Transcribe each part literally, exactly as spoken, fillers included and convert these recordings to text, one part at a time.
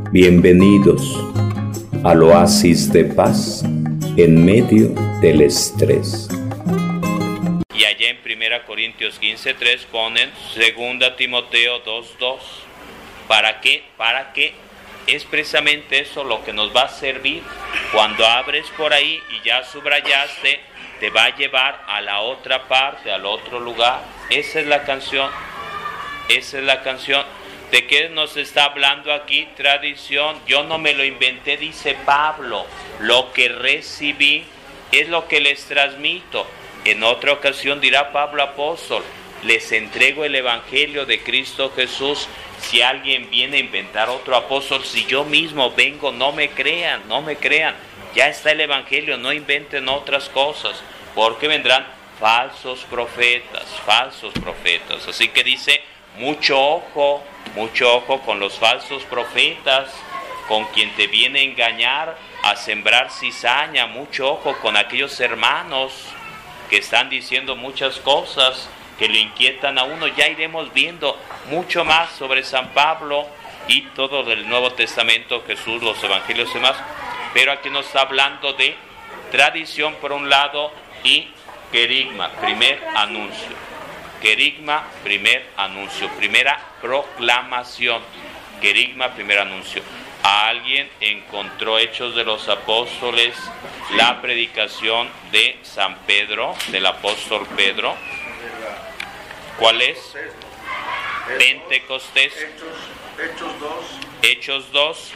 Bienvenidos al oasis de paz en medio del estrés. Y allá en primera Corintios quince tres ponen segunda Timoteo dos dos. ¿Para qué? Para que es precisamente eso lo que nos va a servir. Cuando abres por ahí y ya subrayaste, te va a llevar a la otra parte, al otro lugar. Esa es la canción. Esa es la canción. ¿De qué nos está hablando aquí? Tradición. Yo no me lo inventé, dice Pablo. Lo que recibí es lo que les transmito. En otra ocasión dirá Pablo apóstol, les entrego el evangelio de Cristo Jesús. Si alguien viene a inventar otro apóstol, si yo mismo vengo, no me crean, no me crean. Ya está el evangelio, no inventen otras cosas, porque vendrán falsos profetas, falsos profetas. Así que dice, mucho ojo, mucho ojo con los falsos profetas, con quien te viene a engañar, a sembrar cizaña. Mucho ojo con aquellos hermanos que están diciendo muchas cosas que le inquietan a uno. Ya iremos viendo mucho más sobre San Pablo y todo del Nuevo Testamento, Jesús, los evangelios y demás. Pero aquí nos está hablando de tradición por un lado y querigma, primer anuncio. Querigma, primer anuncio, primera proclamación. Querigma, primer anuncio. Alguien encontró Hechos de los Apóstoles, la predicación de San Pedro, del apóstol Pedro. ¿Cuál es? Pentecostés. Hechos dos. Hechos dos.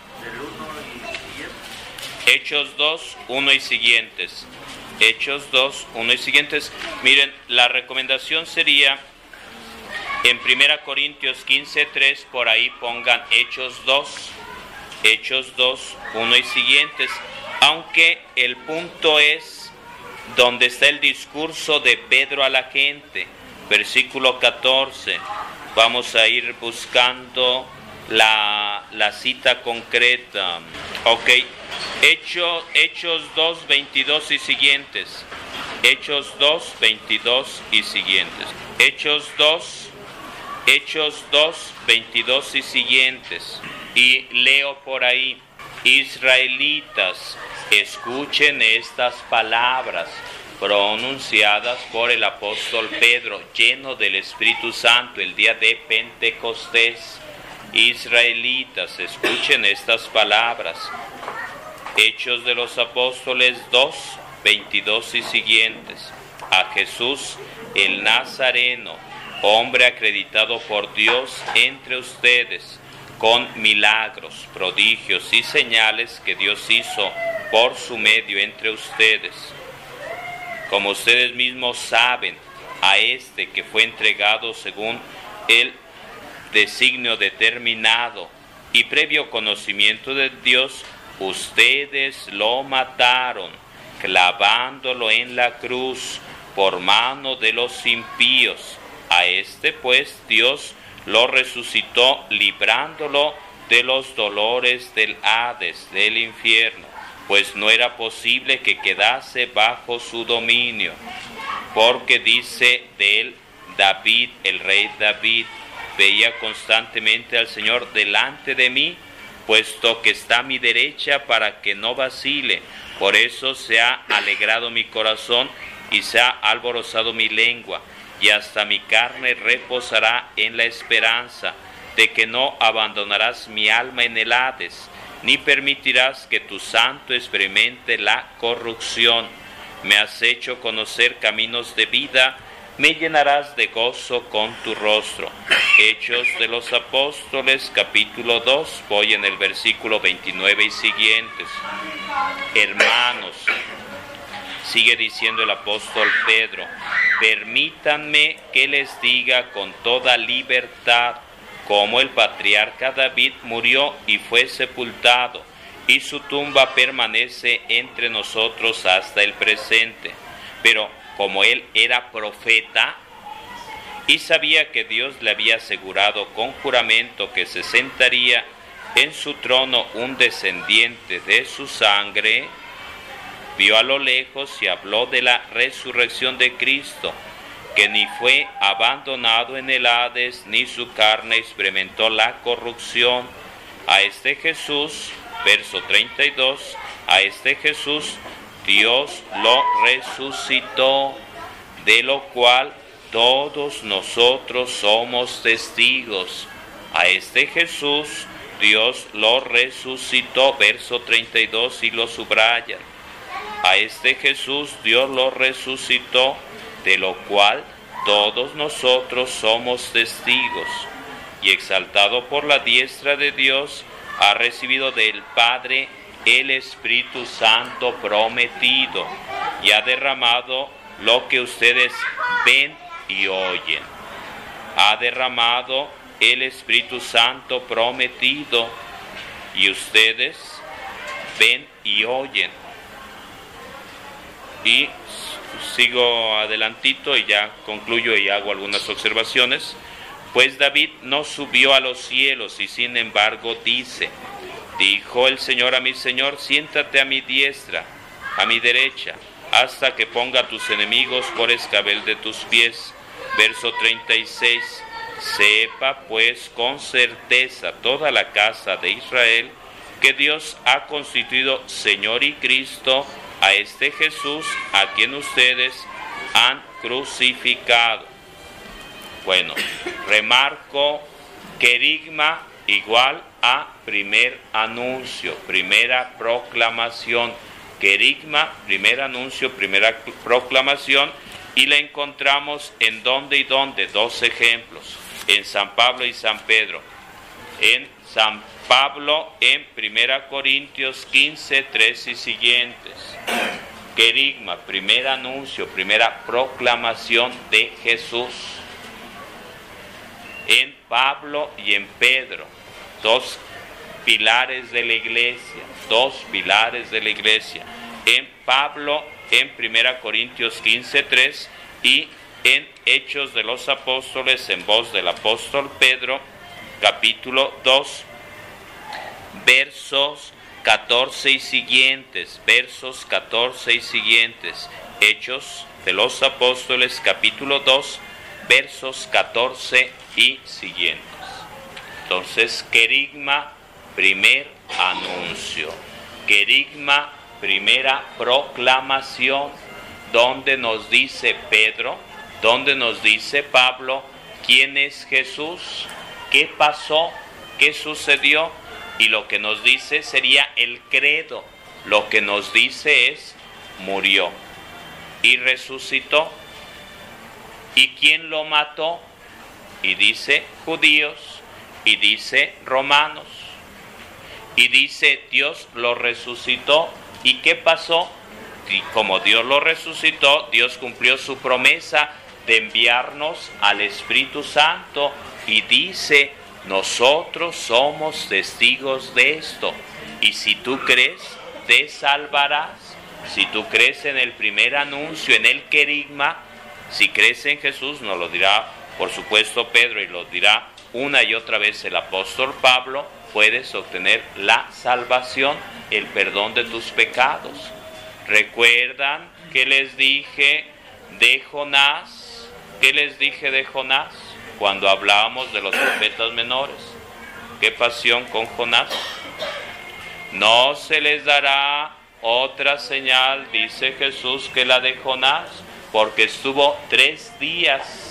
Hechos dos, uno y siguientes. Hechos dos, uno y siguientes. Miren, la recomendación sería en primera Corintios quince tres, por ahí pongan Hechos dos. Hechos dos, uno y siguientes. Aunque el punto es donde está el discurso de Pedro a la gente. Versículo catorce. Vamos a ir buscando la, la cita concreta. Ok. Hechos, Hechos dos, veintidós y siguientes. Hechos dos, veintidós y siguientes. Hechos dos, Hechos dos, veintidós y siguientes. Y leo por ahí, israelitas, escuchen estas palabras pronunciadas por el apóstol Pedro, lleno del Espíritu Santo el día de Pentecostés. Israelitas, escuchen estas palabras. Hechos de los Apóstoles dos, veintidós y siguientes. A Jesús el Nazareno, hombre acreditado por Dios entre ustedes, con milagros, prodigios y señales que Dios hizo por su medio entre ustedes. Como ustedes mismos saben, a este que fue entregado según el designio determinado y previo conocimiento de Dios, ustedes lo mataron, clavándolo en la cruz por mano de los impíos. A este pues Dios lo resucitó, librándolo de los dolores del Hades, del infierno, pues no era posible que quedase bajo su dominio. Porque dice de él David, el rey David, veía constantemente al Señor delante de mí, puesto que está a mi derecha para que no vacile. Por eso se ha alegrado mi corazón y se ha alborozado mi lengua, y hasta mi carne reposará en la esperanza de que no abandonarás mi alma en el Hades, ni permitirás que tu santo experimente la corrupción. Me has hecho conocer caminos de vida, me llenarás de gozo con tu rostro. Hechos de los Apóstoles, capítulo dos, voy en el versículo veintinueve y siguientes. Hermanos, sigue diciendo el apóstol Pedro, permítanme que les diga con toda libertad cómo el patriarca David murió y fue sepultado, y su tumba permanece entre nosotros hasta el presente. Pero como él era profeta y sabía que Dios le había asegurado con juramento que se sentaría en su trono un descendiente de su sangre, vio a lo lejos y habló de la resurrección de Cristo, que ni fue abandonado en el Hades, ni su carne experimentó la corrupción. A este Jesús, verso treinta y dos, a este Jesús Dios lo resucitó, de lo cual todos nosotros somos testigos. A este Jesús Dios lo resucitó, verso treinta y dos, y lo subrayan. A este Jesús Dios lo resucitó, de lo cual todos nosotros somos testigos. Y exaltado por la diestra de Dios, ha recibido del Padre el Espíritu Santo prometido, y ha derramado lo que ustedes ven y oyen. Ha derramado el Espíritu Santo prometido, y ustedes ven y oyen. Y sigo adelantito y ya concluyo y hago algunas observaciones. Pues David no subió a los cielos y sin embargo dice: dijo el Señor a mi Señor, siéntate a mi diestra, a mi derecha, hasta que ponga a tus enemigos por escabel de tus pies. Verso treinta y seis, sepa pues con certeza toda la casa de Israel que Dios ha constituido Señor y Cristo a este Jesús a quien ustedes han crucificado. Bueno, remarco querigma igual a primer anuncio, primera proclamación. Querigma, primer anuncio, primera proclamación, y la encontramos en dónde y dónde, dos ejemplos, en San Pablo y San Pedro. En San Pablo en primera Corintios quince, tres y siguientes. Querigma, primer anuncio, primera proclamación de Jesús. En Pablo y en Pedro, dos pilares de la iglesia, dos pilares de la iglesia. En Pablo en primera Corintios quince, tres y en Hechos de los Apóstoles en voz del apóstol Pedro, capítulo dos, versos catorce y siguientes, versos catorce y siguientes. Hechos de los Apóstoles, capítulo dos, versos catorce y siguientes. Entonces, querigma, primer anuncio. Querigma, primera proclamación, donde nos dice Pedro, donde nos dice Pablo, quién es Jesús, qué pasó, qué sucedió, y lo que nos dice sería el credo. Lo que nos dice es, murió y resucitó. ¿Y quién lo mató? Y dice judíos, y dice romanos, y dice Dios lo resucitó. ¿Y qué pasó? Y como Dios lo resucitó, Dios cumplió su promesa de enviarnos al Espíritu Santo, y dice, nosotros somos testigos de esto, y si tú crees, te salvarás. Si tú crees en el primer anuncio, en el querigma, si crees en Jesús, nos lo dirá por supuesto Pedro y lo dirá una y otra vez el apóstol Pablo, puedes obtener la salvación, el perdón de tus pecados. ¿Recuerdan que les dije de Jonás? ¿Qué les dije de Jonás cuando hablábamos de los profetas menores? ¿Qué pasión con Jonás? No se les dará otra señal, dice Jesús, que la de Jonás, porque estuvo tres días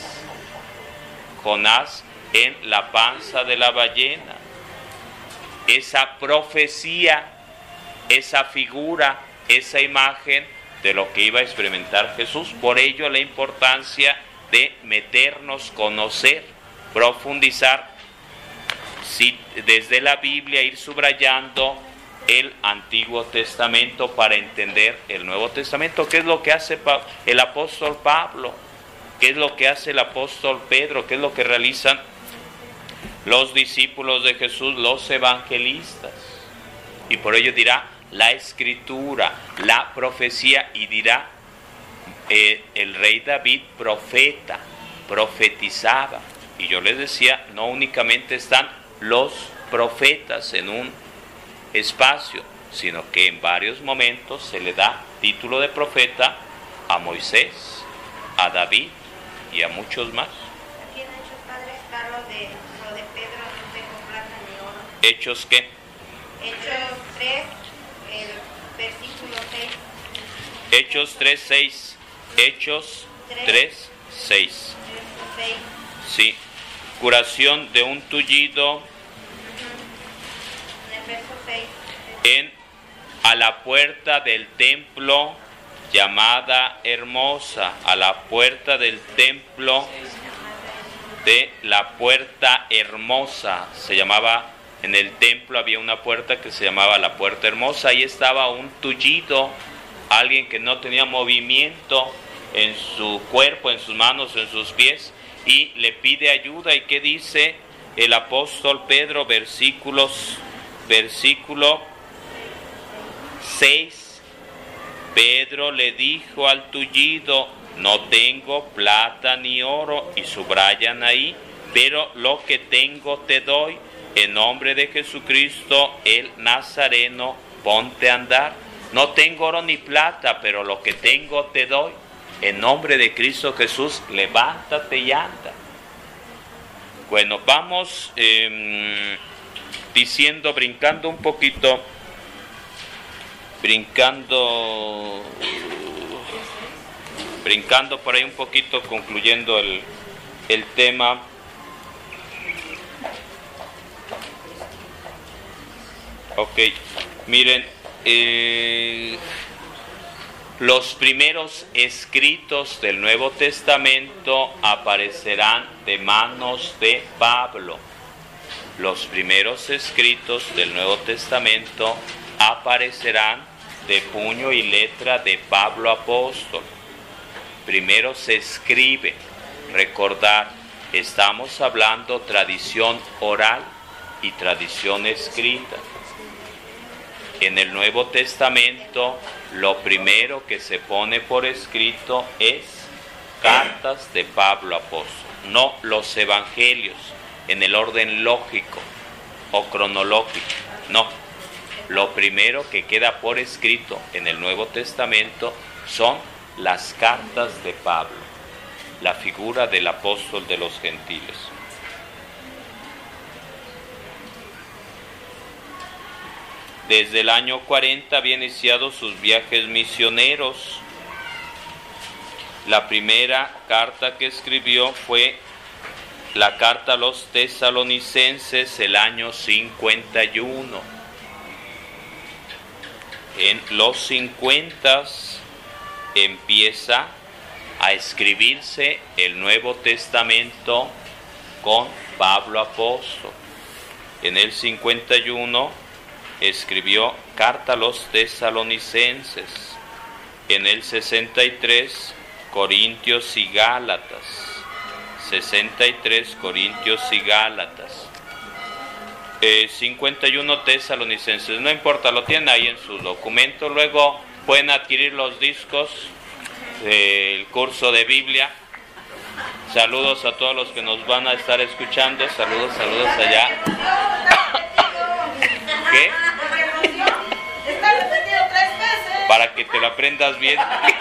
Jonás en la panza de la ballena. Esa profecía, esa figura, esa imagen de lo que iba a experimentar Jesús. Por ello la importancia de meternos, conocer, profundizar, si, desde la Biblia ir subrayando el Antiguo Testamento para entender el Nuevo Testamento. ¿Qué es lo que hace el apóstol Pablo? ¿Qué es lo que hace el apóstol Pedro? ¿Qué es lo que realizan los discípulos de Jesús, los evangelistas? Y por ello dirá la escritura, la profecía, y dirá eh, el rey David, profeta, profetizaba. Y yo les decía, no únicamente están los profetas en un espacio, sino que en varios momentos se le da título de profeta a Moisés, a David y a muchos más. Aquí en Hechos, Padre, está lo de, lo de Pedro, no tengo plata ni oro. Hechos, ¿qué? Hechos tres, el versículo seis. Hechos tres, seis. Hechos tres, seis. Sí. Curación de un tullido En el verso seis. en a la puerta del templo llamada Hermosa, a la puerta del templo de la puerta hermosa, se llamaba, en el templo había una puerta que se llamaba la puerta hermosa, ahí estaba un tullido, alguien que no tenía movimiento en su cuerpo, en sus manos, en sus pies, y le pide ayuda. ¿Y qué dice el apóstol Pedro? Versículos, versículo seis. Pedro le dijo al tullido: no tengo plata ni oro, y subrayan ahí, pero lo que tengo te doy. En nombre de Jesucristo el Nazareno, ponte a andar. No tengo oro ni plata, pero lo que tengo te doy. En nombre de Cristo Jesús, levántate y anda. Bueno, vamos eh, diciendo, brincando un poquito, brincando, brincando por ahí un poquito, concluyendo el, el tema. Ok, miren, eh, los primeros escritos del Nuevo Testamento aparecerán de manos de Pablo. Los primeros escritos del Nuevo Testamento aparecerán de puño y letra de Pablo apóstol. Primero se escribe. Recordar, estamos hablando tradición oral y tradición escrita. En el Nuevo Testamento, lo primero que se pone por escrito es cartas de Pablo apóstol, no los evangelios en el orden lógico o cronológico, no. Lo primero que queda por escrito en el Nuevo Testamento son las cartas de Pablo, la figura del apóstol de los gentiles. Desde el año cuarenta había iniciado sus viajes misioneros. La primera carta que escribió fue la carta a los tesalonicenses, el año cincuenta y uno. En los cincuenta empieza a escribirse el Nuevo Testamento con Pablo apóstol. En el cincuenta y uno escribió carta a los tesalonicenses. En el sesenta y tres, Corintios y Gálatas. sesenta y tres, Corintios y Gálatas. Eh, cincuenta y uno, tesalonicenses. No importa, lo tienen ahí en su documento. Luego pueden adquirir los discos del curso de Biblia. Saludos a todos los que nos van a estar escuchando. Saludos, saludos allá. ¿Qué? Está repetido tres veces. Para que te lo aprendas bien.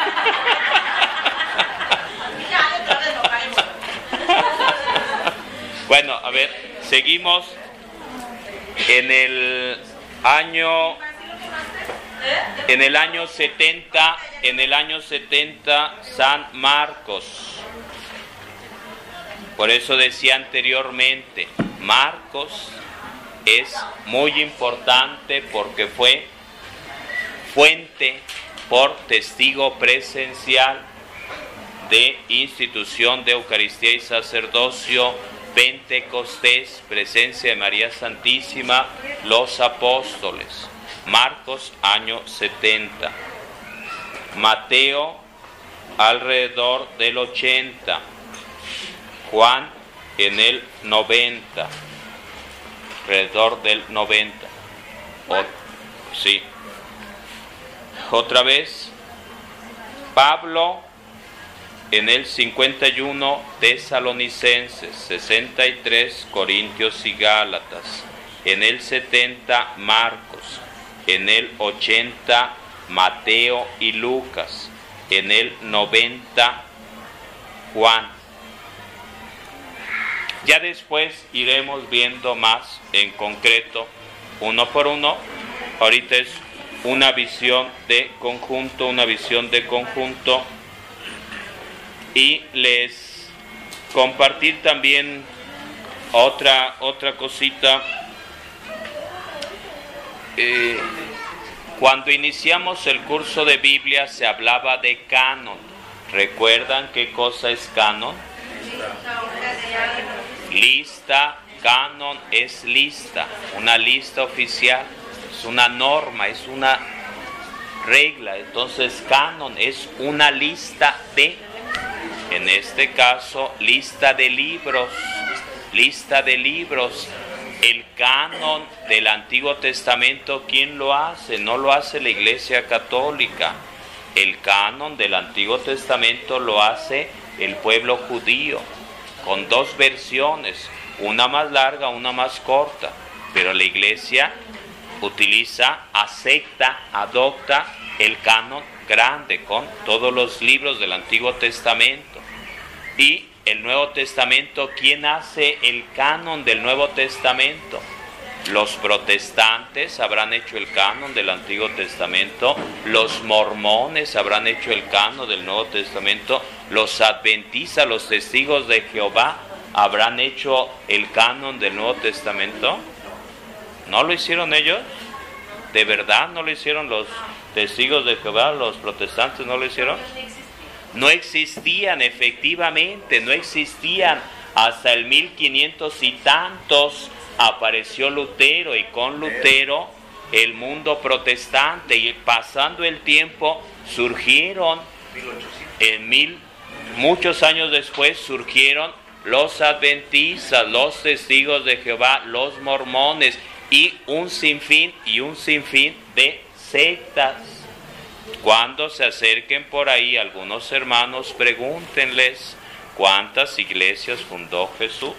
Bueno, a ver, seguimos en el año en el año setenta, en el año setenta, San Marcos. Por eso decía anteriormente, Marcos es muy importante porque fue fuente por testigo presencial de institución de Eucaristía y sacerdocio, Pentecostés, presencia de María Santísima, los apóstoles. Marcos, año setenta. Mateo, alrededor del ochenta. Juan, en el noventa. Alrededor del noventa. O, sí. Otra vez, Pablo, en el cincuenta y uno, tesalonicenses, sesenta y tres, Corintios y Gálatas, en el setenta, Marcos, en el ochenta, Mateo y Lucas, en el noventa, Juan. Ya después iremos viendo más en concreto, uno por uno. Ahorita es una visión de conjunto, una visión de conjunto. Y les compartir también otra, otra cosita. Eh, cuando iniciamos el curso de Biblia se hablaba de canon. ¿Recuerdan qué cosa es canon? Lista, canon es lista, una lista oficial, es una norma, es una regla. Entonces canon es una lista de, en este caso, lista de libros, lista de libros. El canon del Antiguo Testamento, ¿quién lo hace? No lo hace la Iglesia Católica. El canon del Antiguo Testamento lo hace el pueblo judío, con dos versiones, una más larga, una más corta, pero la Iglesia utiliza, acepta, adopta el canon grande con todos los libros del Antiguo Testamento. Y el Nuevo Testamento, ¿quién hace el canon del Nuevo Testamento? Los protestantes habrán hecho el canon del Antiguo Testamento, los mormones habrán hecho el canon del Nuevo Testamento, los adventistas, los testigos de Jehová habrán hecho el canon del Nuevo Testamento. ¿No lo hicieron ellos? ¿De verdad no lo hicieron los testigos de Jehová, los protestantes no lo hicieron? No existían, efectivamente, no existían. Hasta el mil quinientos y tantos apareció Lutero, y con Lutero el mundo protestante, y pasando el tiempo surgieron, en mil, muchos años después surgieron los adventistas, los testigos de Jehová, los mormones, y un sinfín y un sinfín de sectas. Cuando se acerquen por ahí algunos hermanos, pregúntenles cuántas iglesias fundó Jesús.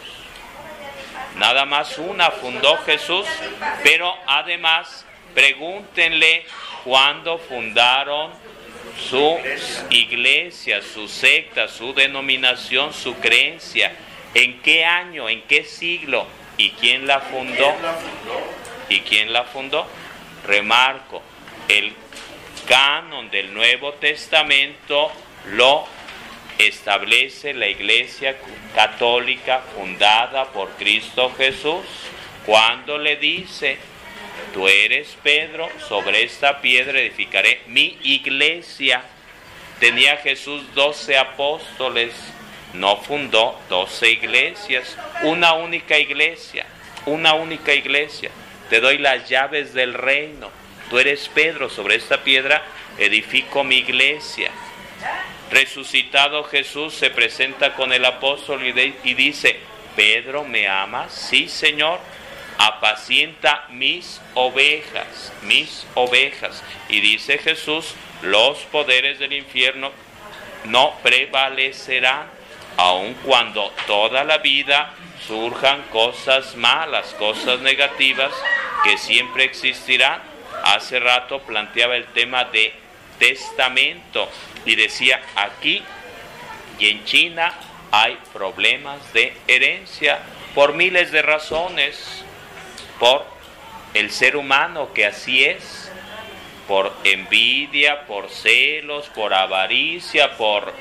Nada más una fundó Jesús, pero además pregúntenle cuándo fundaron sus iglesias, su secta, su denominación, su creencia, en qué año, en qué siglo, y quién la fundó. ¿Y quién la fundó? Remarco, el canon del Nuevo Testamento lo establece la Iglesia Católica fundada por Cristo Jesús, cuando le dice: tú eres Pedro, sobre esta piedra edificaré mi iglesia. Tenía Jesús doce apóstoles, no fundó doce iglesias, una única iglesia, una única iglesia. Te doy las llaves del reino. Tú eres Pedro, sobre esta piedra edifico mi iglesia. Resucitado Jesús se presenta con el apóstol y, de, y dice: Pedro, ¿me amas? Sí, Señor. Apacienta mis ovejas, mis ovejas. Y dice Jesús: los poderes del infierno no prevalecerán, aun cuando toda la vida surjan cosas malas, cosas negativas que siempre existirán. Hace rato planteaba el tema de testamento y decía: aquí y en China hay problemas de herencia por miles de razones, por el ser humano que así es, por envidia, por celos, por avaricia, por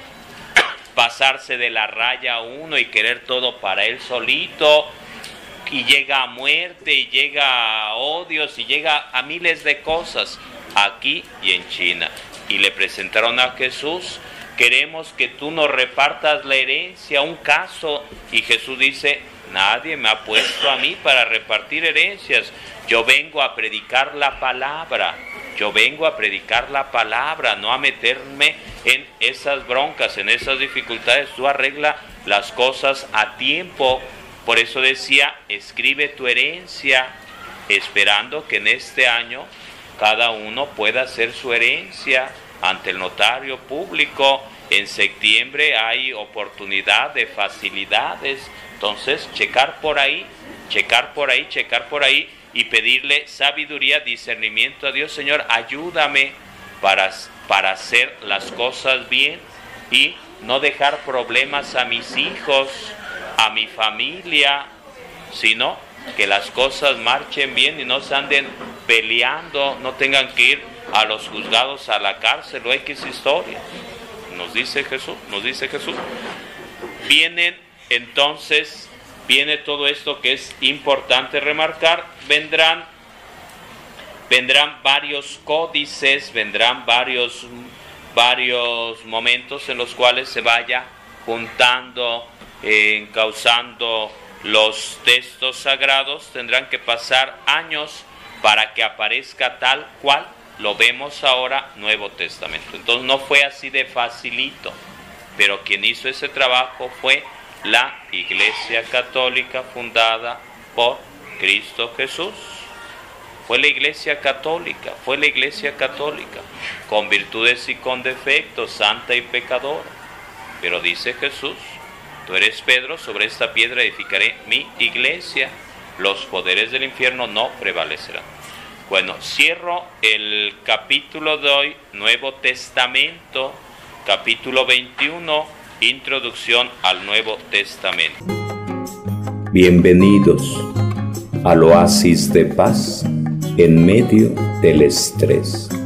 pasarse de la raya a uno y querer todo para él solito, y llega a muerte, y llega a odios, y llega a miles de cosas aquí y en China. Y le presentaron a Jesús: queremos que tú nos repartas la herencia, un caso. Y Jesús dice: nadie me ha puesto a mí para repartir herencias. Yo vengo a predicar la palabra. Yo vengo a predicar la palabra, no a meterme en esas broncas, en esas dificultades. Tú arregla las cosas a tiempo. Por eso decía: escribe tu herencia, esperando que en este año cada uno pueda hacer su herencia ante el notario público. En septiembre hay oportunidad de facilidades. Entonces, checar por ahí, checar por ahí, checar por ahí y pedirle sabiduría, discernimiento a Dios. Señor, ayúdame para, para hacer las cosas bien y no dejar problemas a mis hijos. a mi familia, sino que las cosas marchen bien y no se anden peleando, no tengan que ir a los juzgados, a la cárcel o X historia. Nos dice Jesús, nos dice Jesús. Vienen entonces, viene todo esto que es importante remarcar, vendrán, vendrán varios códices, vendrán varios, varios momentos en los cuales se vaya juntando, eh, encauzando los textos sagrados. Tendrán que pasar años para que aparezca tal cual lo vemos ahora, Nuevo Testamento. Entonces no fue así de facilito, pero quien hizo ese trabajo fue la Iglesia Católica fundada por Cristo Jesús. Fue la Iglesia Católica, fue la Iglesia Católica, con virtudes y con defectos, santa y pecadora. Pero dice Jesús, tú eres Pedro, sobre esta piedra edificaré mi iglesia, los poderes del infierno no prevalecerán. Bueno, cierro el capítulo de hoy, Nuevo Testamento, capítulo veintiuno, introducción al Nuevo Testamento. Bienvenidos al oasis de paz en medio del estrés.